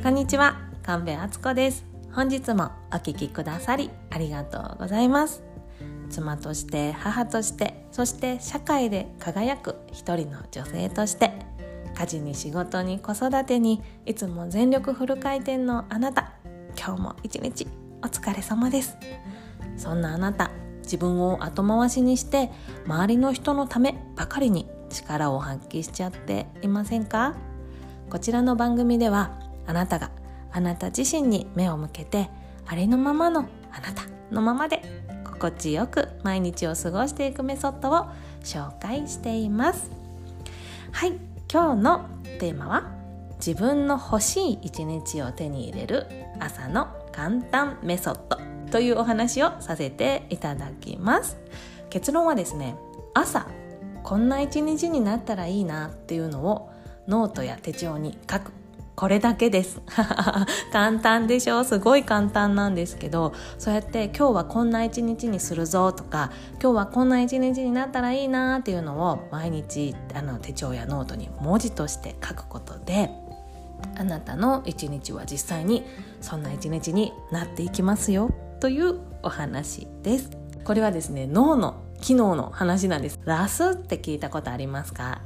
こんにちは、神戸敦子です。本日もお聞きくださりありがとうございます。妻として母としてそして社会で輝く一人の女性として家事に仕事に子育てにいつも全力フル回転のあなた、今日も一日お疲れ様です。そんなあなた、自分を後回しにして周りの人のためばかりに力を発揮しちゃっていませんか？こちらの番組ではあなたがあなた自身に目を向けてありのままのあなたのままで心地よく毎日を過ごしていくメソッドを紹介しています。はい、今日のテーマは自分の欲しい一日を手に入れる朝の簡単メソッドというお話をさせていただきます。結論はですね、朝こんな一日になったらいいなっていうのをノートや手帳に書く、これだけです簡単でしょ？すごい簡単なんですけど、そうやって今日はこんな一日にするぞとか、今日はこんな一日になったらいいなっていうのを毎日手帳やノートに文字として書くことで、あなたの一日は実際にそんな一日になっていきますよというお話です。これはですね、脳の機能の話なんです。ラスって聞いたことありますか？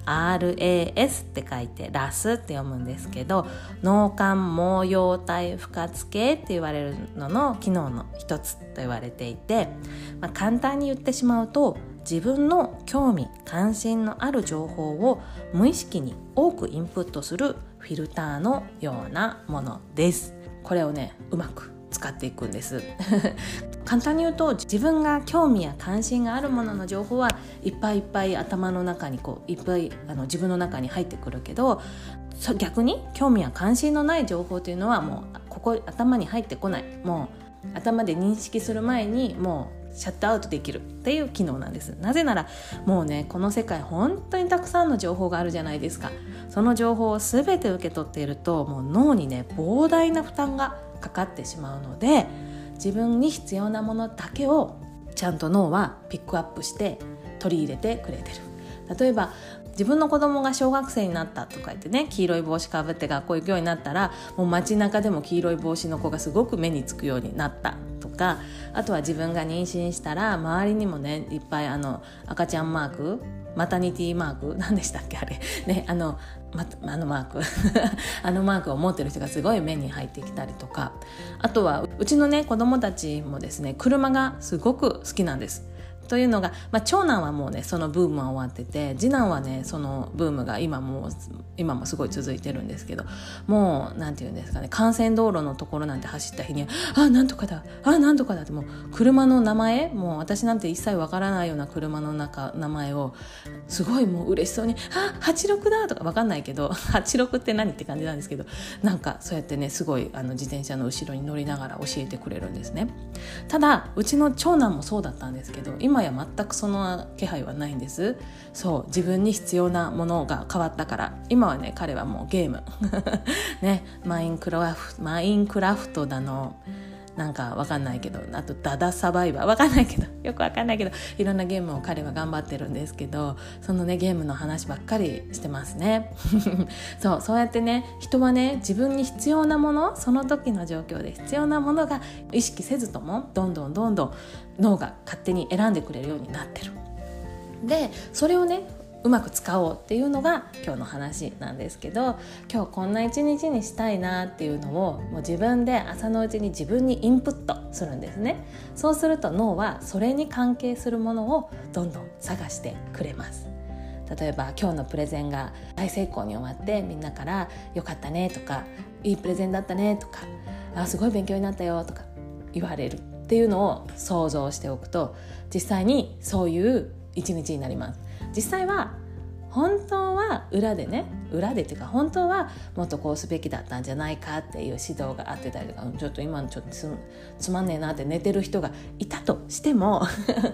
RAS って書いてラスって読むんですけど、脳幹毛様体不活系って言われるのの機能の一つと言われていて、簡単に言ってしまうと、自分の興味関心のある情報を無意識に多くインプットするフィルターのようなものです。これをね、うまく使っていくんです簡単に言うと、自分が興味や関心があるものの情報はいっぱいいっぱい頭の中にいっぱい自分の中に入ってくるけど、逆に興味や関心のない情報というのはもうここ頭に入ってこない、もう頭で認識する前にもうシャットアウトできるっていう機能なんです。なぜならもうね、この世界本当にたくさんの情報があるじゃないですか。その情報を全て受け取っていると、もう脳にね、膨大な負担がかかってしまうので、自分に必要なものだけをちゃんと脳はピックアップして取り入れてくれてる。例えば自分の子供が小学生になったとか言ってね、黄色い帽子かぶって学校行くようになったら、もう街中でも黄色い帽子の子がすごく目につくようになったとか、あとは自分が妊娠したら周りにもね、いっぱい赤ちゃんマーク、マタニティマーク、何でしたっけあれね、マークマークを持ってる人がすごい目に入ってきたりとか、あとはうちのね、子供たちもですね、車がすごく好きなんです。というのが、長男はもうね、そのブームは終わってて、次男はね、そのブームが今もすごい続いてるんですけど、もうなんていうんですかね、幹線道路のところなんて走った日になんとかだって、もう車の名前、もう私なんて一切わからないような車の名前をすごいもう嬉しそうに86だとか、わかんないけど86って何って感じなんですけど、なんかそうやってね、すごい自転車の後ろに乗りながら教えてくれるんですね。ただうちの長男もそうだったんですけど、今や全くその気配はないんです。そう、自分に必要なものが変わったから、今はね、彼はもうゲームね、マインクラフトだの、なんかわかんないけど、あとダダサバイバー、よくわかんないけど、いろんなゲームを彼は頑張ってるんですけど、そのね、ゲームの話ばっかりしてますねそうやってね、人はね、自分に必要なもの、その時の状況で必要なものが意識せずともどんどん脳が勝手に選んでくれるようになってる。でそれをね、うまく使おうっていうのが今日の話なんですけど、今日こんな一日にしたいなっていうのをもう自分で朝のうちに自分にインプットするんですね。そうすると脳はそれに関係するものをどんどん探してくれます。例えば今日のプレゼンが大成功に終わって、みんなからよかったねとか、いいプレゼンだったねとか、すごい勉強になったよとか言われるっていうのを想像しておくと、実際にそういう一日になります。実際は本当は裏でっていうか、本当はもっとこうすべきだったんじゃないかっていう指導があってたりとか、ちょっと今ちょっとつまんねえなって寝てる人がいたとしても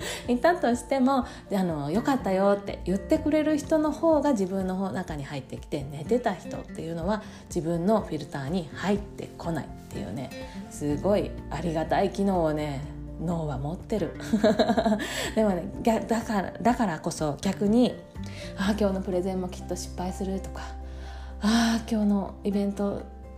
よかったよって言ってくれる人の方が自分の中に入ってきて、寝てた人っていうのは自分のフィルターに入ってこないっていうね、すごいありがたい機能をね、脳は持ってるでもね、だからこそ逆に今日のプレゼンもきっと失敗するとか、今日のイベント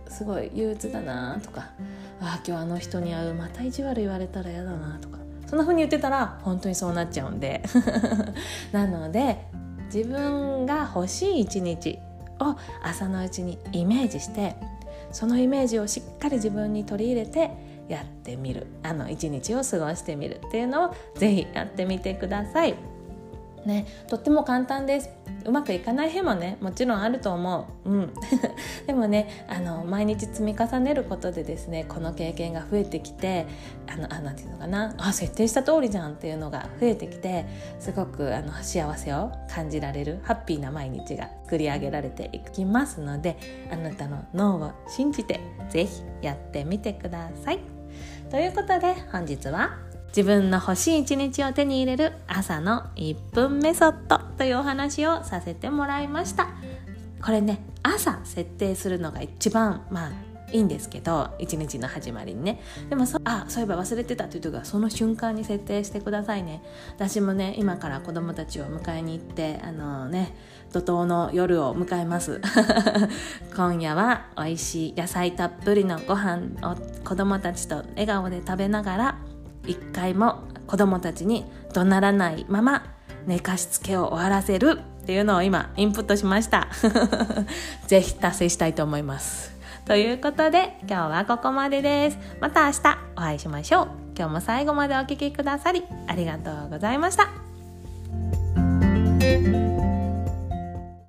すごい憂鬱だなとか、今日あの人に会う、また意地悪言われたら嫌だなとか、そんな風に言ってたら本当にそうなっちゃうんでなので自分が欲しい一日を朝のうちにイメージして、そのイメージをしっかり自分に取り入れてやってみる、一日を過ごしてみるっていうのをぜひやってみてくださいね。とっても簡単です。うまくいかない日もね、もちろんあると思う、でもね、毎日積み重ねることでですね、この経験が増えてきて、なんていうのかな、設定した通りじゃんっていうのが増えてきて、すごく幸せを感じられるハッピーな毎日が作り上げられていきますので、あなたの脳を信じてぜひやってみてください。ということで本日は自分の欲しい一日を手に入れる朝の1分メソッドというお話をさせてもらいました。これね、朝設定するのが一番いいんですけど、一日の始まりにね。でもそういえば忘れてたという時はその瞬間に設定してくださいね。私もね、今から子供たちを迎えに行って怒涛の夜を迎えます今夜は美味しい野菜たっぷりのご飯を子供たちと笑顔で食べながら、一回も子供たちに怒鳴らないまま寝かしつけを終わらせるっていうのを今インプットしましたぜひ達成したいと思います。ということで今日はここまでです。また明日お会いしましょう。今日も最後までお聞きくださりありがとうございました。